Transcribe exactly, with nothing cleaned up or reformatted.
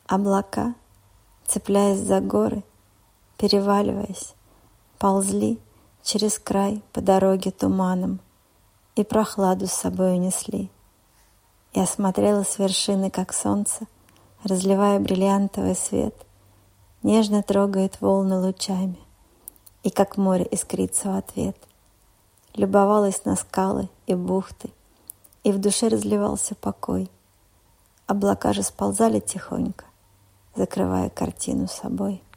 Облака, цепляясь за горы, переваливаясь, ползли через край по дороге туманом и прохладу с собой унесли. Я смотрела с вершины, как солнце, разливая бриллиантовый свет, нежно трогает волны лучами, и как море искрится в ответ. Любовалась на скалы и бухты, и в душе разливался покой. Облака же сползали тихонько, закрывая картину собой.